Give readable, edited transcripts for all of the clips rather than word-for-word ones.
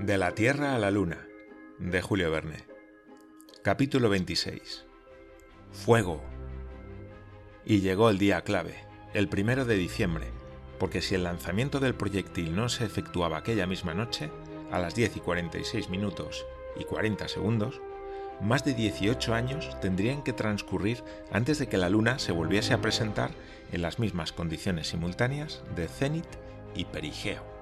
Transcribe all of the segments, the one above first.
De la Tierra a la Luna, de Julio Verne. Capítulo 26. Fuego. Y llegó el día clave, el 1 de diciembre, porque si el lanzamiento del proyectil no se efectuaba aquella misma noche, a las 10:46 y 40 segundos, más de 18 años tendrían que transcurrir antes de que la Luna se volviese a presentar en las mismas condiciones simultáneas de cénit y perigeo.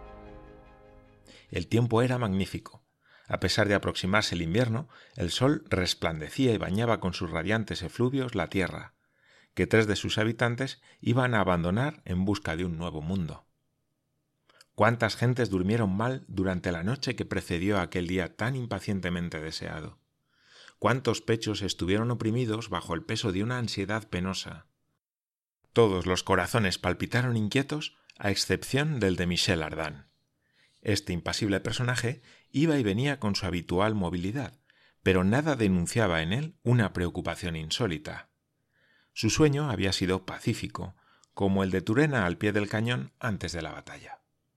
El tiempo era magnífico. A pesar de aproximarse el invierno, el sol resplandecía y bañaba con sus radiantes efluvios la Tierra, que 3 de sus habitantes iban a abandonar en busca de un nuevo mundo. ¿Cuántas gentes durmieron mal durante la noche que precedió a aquel día tan impacientemente deseado? ¿Cuántos pechos estuvieron oprimidos bajo el peso de una ansiedad penosa? Todos los corazones palpitaron inquietos, a excepción del de Michel Ardan. Este impasible personaje iba y venía con su habitual movilidad, pero nada denunciaba en él una preocupación insólita. Su sueño había sido pacífico, como el de Turena al pie del cañón antes de la batalla.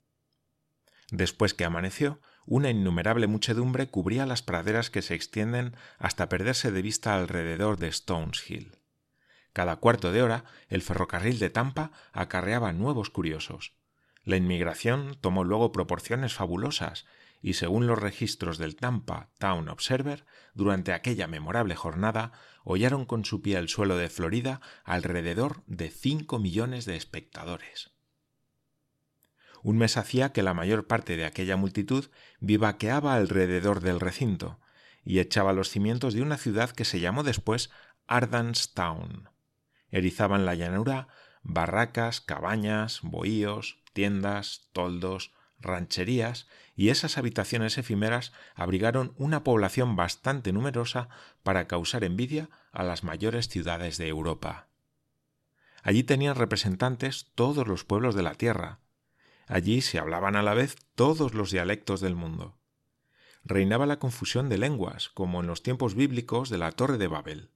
Después que amaneció, una innumerable muchedumbre cubría las praderas que se extienden hasta perderse de vista alrededor de Stones Hill. Cada cuarto de hora, el ferrocarril de Tampa acarreaba nuevos curiosos. La inmigración tomó luego proporciones fabulosas y, según los registros del Tampa Town Observer, durante aquella memorable jornada hollaron con su pie el suelo de Florida alrededor de 5 millones de espectadores. Un mes hacía que la mayor parte de aquella multitud vivaqueaba alrededor del recinto y echaba los cimientos de una ciudad que se llamó después Ardan's Town. Erizaban la llanura barracas, cabañas, bohíos, tiendas, toldos, rancherías, y esas habitaciones efímeras abrigaron una población bastante numerosa para causar envidia a las mayores ciudades de Europa. Allí tenían representantes todos los pueblos de la tierra. Allí se hablaban a la vez todos los dialectos del mundo. Reinaba la confusión de lenguas, como en los tiempos bíblicos de la Torre de Babel.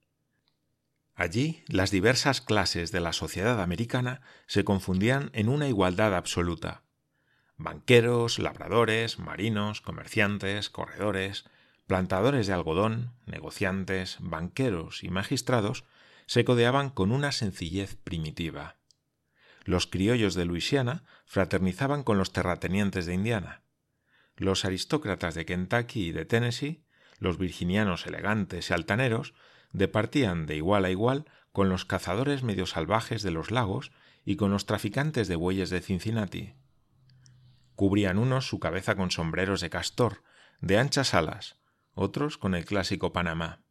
Allí las diversas clases de la sociedad americana se confundían en una igualdad absoluta. Banqueros, labradores, marinos, comerciantes, corredores, plantadores de algodón, negociantes, banqueros y magistrados se codeaban con una sencillez primitiva. Los criollos de Luisiana fraternizaban con los terratenientes de Indiana. Los aristócratas de Kentucky y de Tennessee, los virginianos elegantes y altaneros, departían de igual a igual con los cazadores medio salvajes de los lagos y con los traficantes de bueyes de Cincinnati. Cubrían unos su cabeza con sombreros de castor, de anchas alas, otros con el clásico Panamá.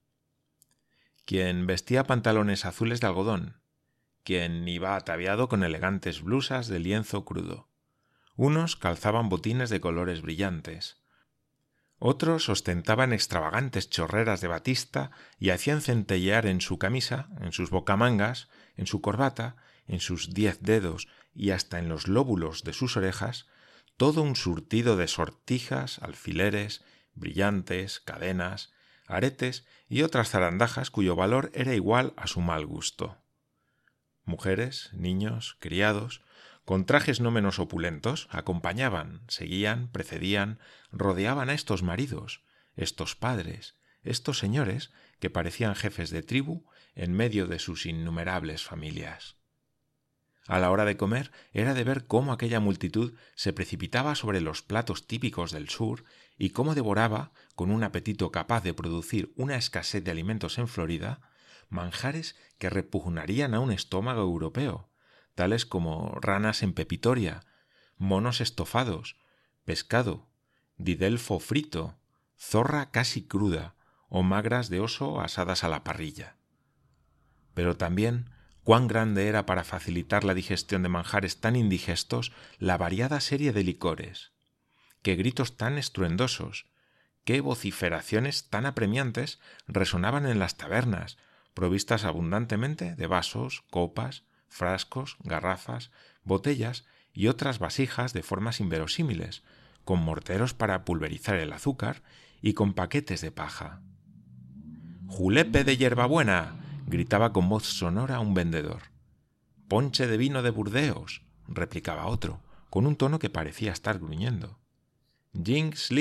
Quien vestía pantalones azules de algodón, quien iba ataviado con elegantes blusas de lienzo crudo. Unos calzaban botines de colores brillantes. Otros ostentaban extravagantes chorreras de batista y hacían centellear en su camisa, en sus bocamangas, en su corbata, en sus 10 dedos y hasta en los lóbulos de sus orejas todo un surtido de sortijas, alfileres, brillantes, cadenas, aretes y otras zarandajas cuyo valor era igual a su mal gusto. Mujeres, niños, criados, con trajes no menos opulentos, acompañaban, seguían, precedían, rodeaban a estos maridos, estos padres, estos señores que parecían jefes de tribu en medio de sus innumerables familias. A la hora de comer era de ver cómo aquella multitud se precipitaba sobre los platos típicos del sur y cómo devoraba, con un apetito capaz de producir una escasez de alimentos en Florida, manjares que repugnarían a un estómago europeo, tales como ranas en pepitoria, monos estofados, pescado, didelfo frito, zorra casi cruda o magras de oso asadas a la parrilla. Pero también cuán grande era para facilitar la digestión de manjares tan indigestos la variada serie de licores. Qué gritos tan estruendosos, qué vociferaciones tan apremiantes resonaban en las tabernas, provistas abundantemente de vasos, copas, frascos, garrafas, botellas y otras vasijas de formas inverosímiles, con morteros para pulverizar el azúcar y con paquetes de paja. «¡Julepe de hierbabuena!», gritaba con voz sonora un vendedor. «¡Ponche de vino de Burdeos!», replicaba otro, con un tono que parecía estar gruñendo. «Jing Sling»,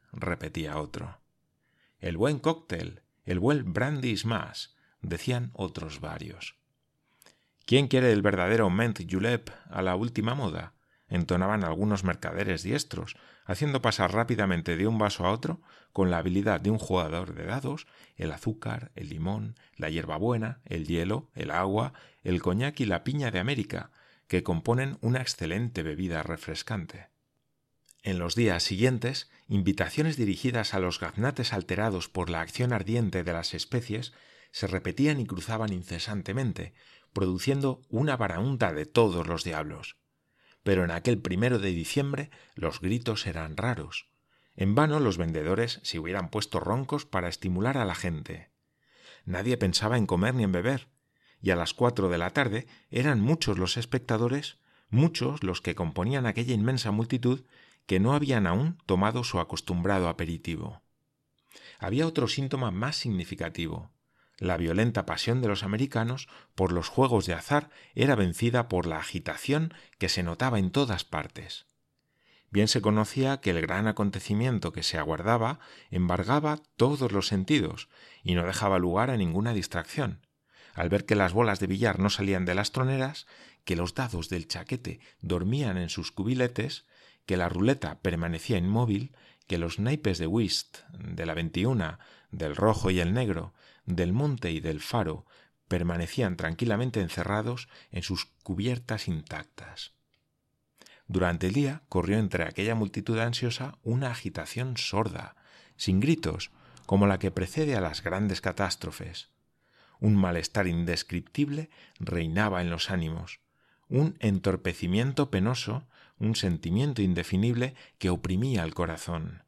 repetía otro. El buen cóctel, el buen brandy smash, decían otros varios. ¿Quién quiere el verdadero Ment Julep a la última moda?, entonaban algunos mercaderes diestros, haciendo pasar rápidamente de un vaso a otro, con la habilidad de un jugador de dados, el azúcar, el limón, la hierbabuena, el hielo, el agua, el coñac y la piña de América, que componen una excelente bebida refrescante. En los días siguientes, invitaciones dirigidas a los gaznates alterados por la acción ardiente de las especies se repetían y cruzaban incesantemente, produciendo una baraúnda de todos los diablos. Pero en aquel 1 de diciembre los gritos eran raros. En vano los vendedores se hubieran puesto roncos para estimular a la gente. Nadie pensaba en comer ni en beber, y a las 4 de la tarde eran muchos los espectadores, muchos los que componían aquella inmensa multitud que no habían aún tomado su acostumbrado aperitivo. Había otro síntoma más significativo. La violenta pasión de los americanos por los juegos de azar era vencida por la agitación que se notaba en todas partes. Bien se conocía que el gran acontecimiento que se aguardaba embargaba todos los sentidos y no dejaba lugar a ninguna distracción. Al ver que las bolas de billar no salían de las troneras, que los dados del chaquete dormían en sus cubiletes, que la ruleta permanecía inmóvil, que los naipes de whist, de la 21, del rojo y el negro, del monte y del faro permanecían tranquilamente encerrados en sus cubiertas intactas. Durante el día corrió entre aquella multitud ansiosa una agitación sorda, sin gritos, como la que precede a las grandes catástrofes. Un malestar indescriptible reinaba en los ánimos, un entorpecimiento penoso, un sentimiento indefinible que oprimía el corazón.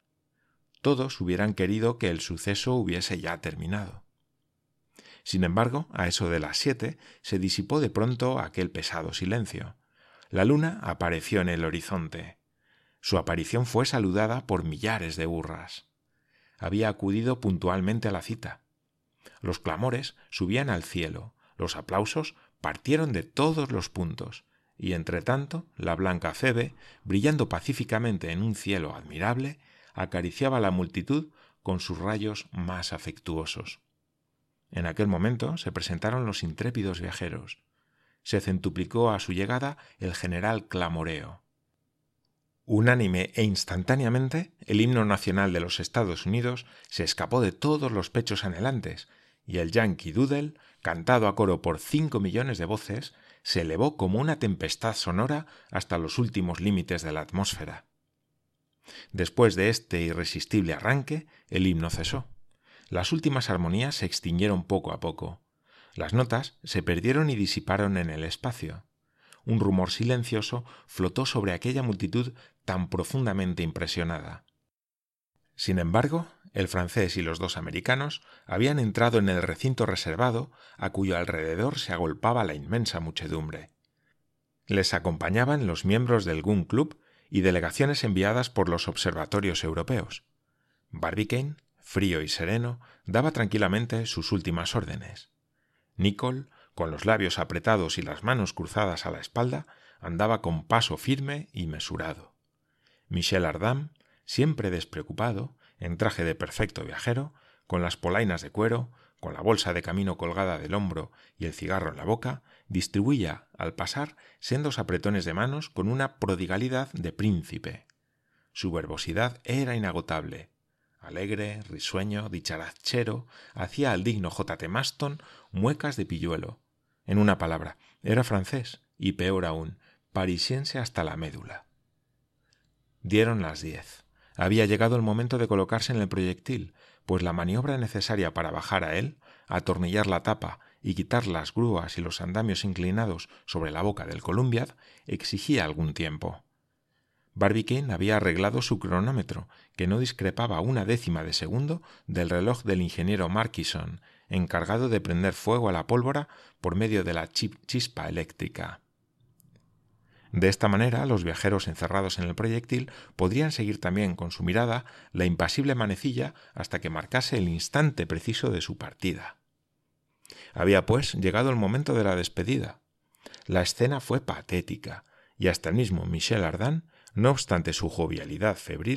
Todos hubieran querido que el suceso hubiese ya terminado. Sin embargo, a eso de las 7 se disipó de pronto aquel pesado silencio. La luna apareció en el horizonte. Su aparición fue saludada por millares de hurras. Había acudido puntualmente a la cita. Los clamores subían al cielo, los aplausos partieron de todos los puntos, y entretanto la blanca Febe, brillando pacíficamente en un cielo admirable, acariciaba a la multitud con sus rayos más afectuosos. En aquel momento se presentaron los intrépidos viajeros. Se centuplicó a su llegada el general clamoreo. Unánime e instantáneamente, el himno nacional de los Estados Unidos se escapó de todos los pechos anhelantes, y el Yankee Doodle, cantado a coro por 5 millones de voces, se elevó como una tempestad sonora hasta los últimos límites de la atmósfera. Después de este irresistible arranque, el himno cesó. Las últimas armonías se extinguieron poco a poco. Las notas se perdieron y disiparon en el espacio. Un rumor silencioso flotó sobre aquella multitud tan profundamente impresionada. Sin embargo, el francés y los 2 americanos habían entrado en el recinto reservado a cuyo alrededor se agolpaba la inmensa muchedumbre. Les acompañaban los miembros del Gun Club y delegaciones enviadas por los observatorios europeos. Barbicane, frío y sereno, daba tranquilamente sus últimas órdenes. Nicholl, con los labios apretados y las manos cruzadas a la espalda, andaba con paso firme y mesurado. Michel Ardan, siempre despreocupado, en traje de perfecto viajero, con las polainas de cuero, con la bolsa de camino colgada del hombro y el cigarro en la boca, distribuía, al pasar, sendos apretones de manos con una prodigalidad de príncipe. Su verbosidad era inagotable. Alegre, risueño, dicharachero, hacía al digno J. T. Maston muecas de pilluelo. En una palabra, era francés y, peor aún, parisiense hasta la médula. Dieron las 10. Había llegado el momento de colocarse en el proyectil, pues la maniobra necesaria para bajar a él, atornillar la tapa y quitar las grúas y los andamios inclinados sobre la boca del Columbiad exigía algún tiempo. Barbicane había arreglado su cronómetro, que no discrepaba 1/10 de segundo del reloj del ingeniero Markison, encargado de prender fuego a la pólvora por medio de la chispa eléctrica. De esta manera, los viajeros encerrados en el proyectil podrían seguir también con su mirada la impasible manecilla hasta que marcase el instante preciso de su partida. Había, pues, llegado el momento de la despedida. La escena fue patética, y hasta el mismo Michel Ardan, no obstante su jovialidad febril,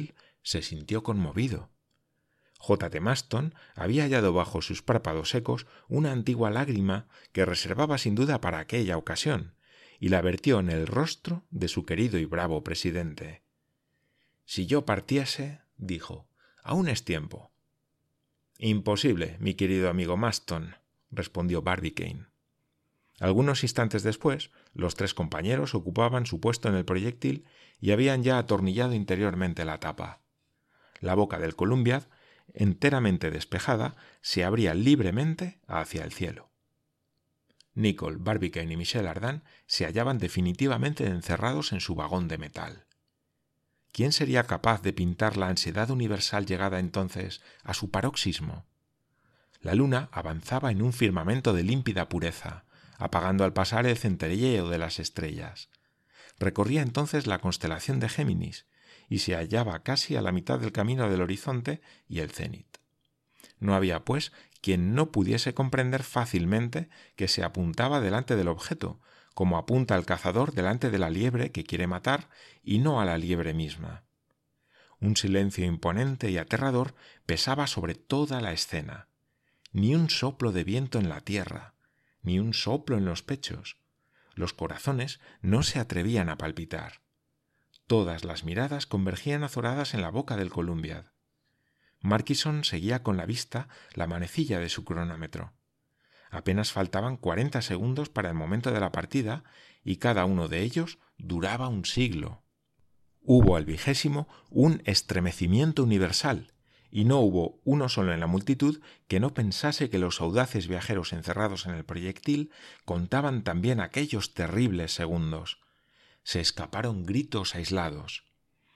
Se sintió conmovido. J. Maston había hallado bajo sus párpados secos una antigua lágrima que reservaba sin duda para aquella ocasión, y la vertió en el rostro de su querido y bravo presidente. «Si yo partiese», dijo, «aún es tiempo». «Imposible, mi querido amigo Maston», respondió Barbicane. Algunos instantes después, los tres compañeros ocupaban su puesto en el proyectil y habían ya atornillado interiormente la tapa. La boca del Columbiad, enteramente despejada, se abría libremente hacia el cielo. Nicholl, Barbicane y Michel Ardan se hallaban definitivamente encerrados en su vagón de metal. ¿Quién sería capaz de pintar la ansiedad universal llegada entonces a su paroxismo? La luna avanzaba en un firmamento de límpida pureza, apagando al pasar el centelleo de las estrellas. Recorría entonces la constelación de Géminis y se hallaba casi a la mitad del camino del horizonte y el cénit. No había, pues, quien no pudiese comprender fácilmente que se apuntaba delante del objeto, como apunta el cazador delante de la liebre que quiere matar y no a la liebre misma. Un silencio imponente y aterrador pesaba sobre toda la escena. Ni un soplo de viento en la tierra, ni un soplo en los pechos. Los corazones no se atrevían a palpitar. Todas las miradas convergían azoradas en la boca del Columbiad. Murchison seguía con la vista la manecilla de su cronómetro. Apenas faltaban 40 segundos para el momento de la partida y cada uno de ellos duraba un siglo. Hubo al 20º un estremecimiento universal, y no hubo uno solo en la multitud que no pensase que los audaces viajeros encerrados en el proyectil contaban también aquellos terribles segundos. Se escaparon gritos aislados.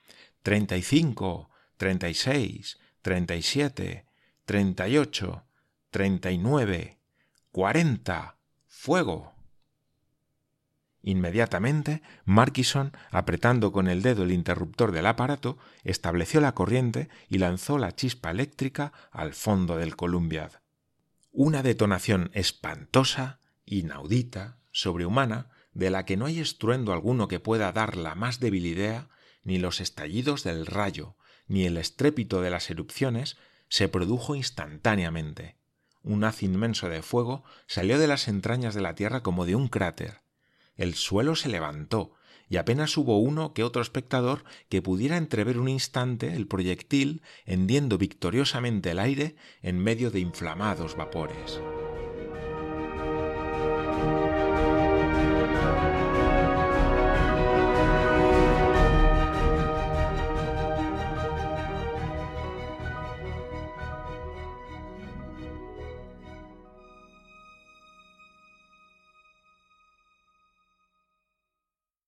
35, 36, 37, 38, 39, 40, ¡fuego! Inmediatamente, Murchison, apretando con el dedo el interruptor del aparato, estableció la corriente y lanzó la chispa eléctrica al fondo del Columbiad. Una detonación espantosa, inaudita, sobrehumana, de la que no hay estruendo alguno que pueda dar la más débil idea, ni los estallidos del rayo, ni el estrépito de las erupciones, se produjo instantáneamente. Un haz inmenso de fuego salió de las entrañas de la Tierra como de un cráter. El suelo se levantó, y apenas hubo uno que otro espectador que pudiera entrever un instante el proyectil hendiendo victoriosamente el aire en medio de inflamados vapores.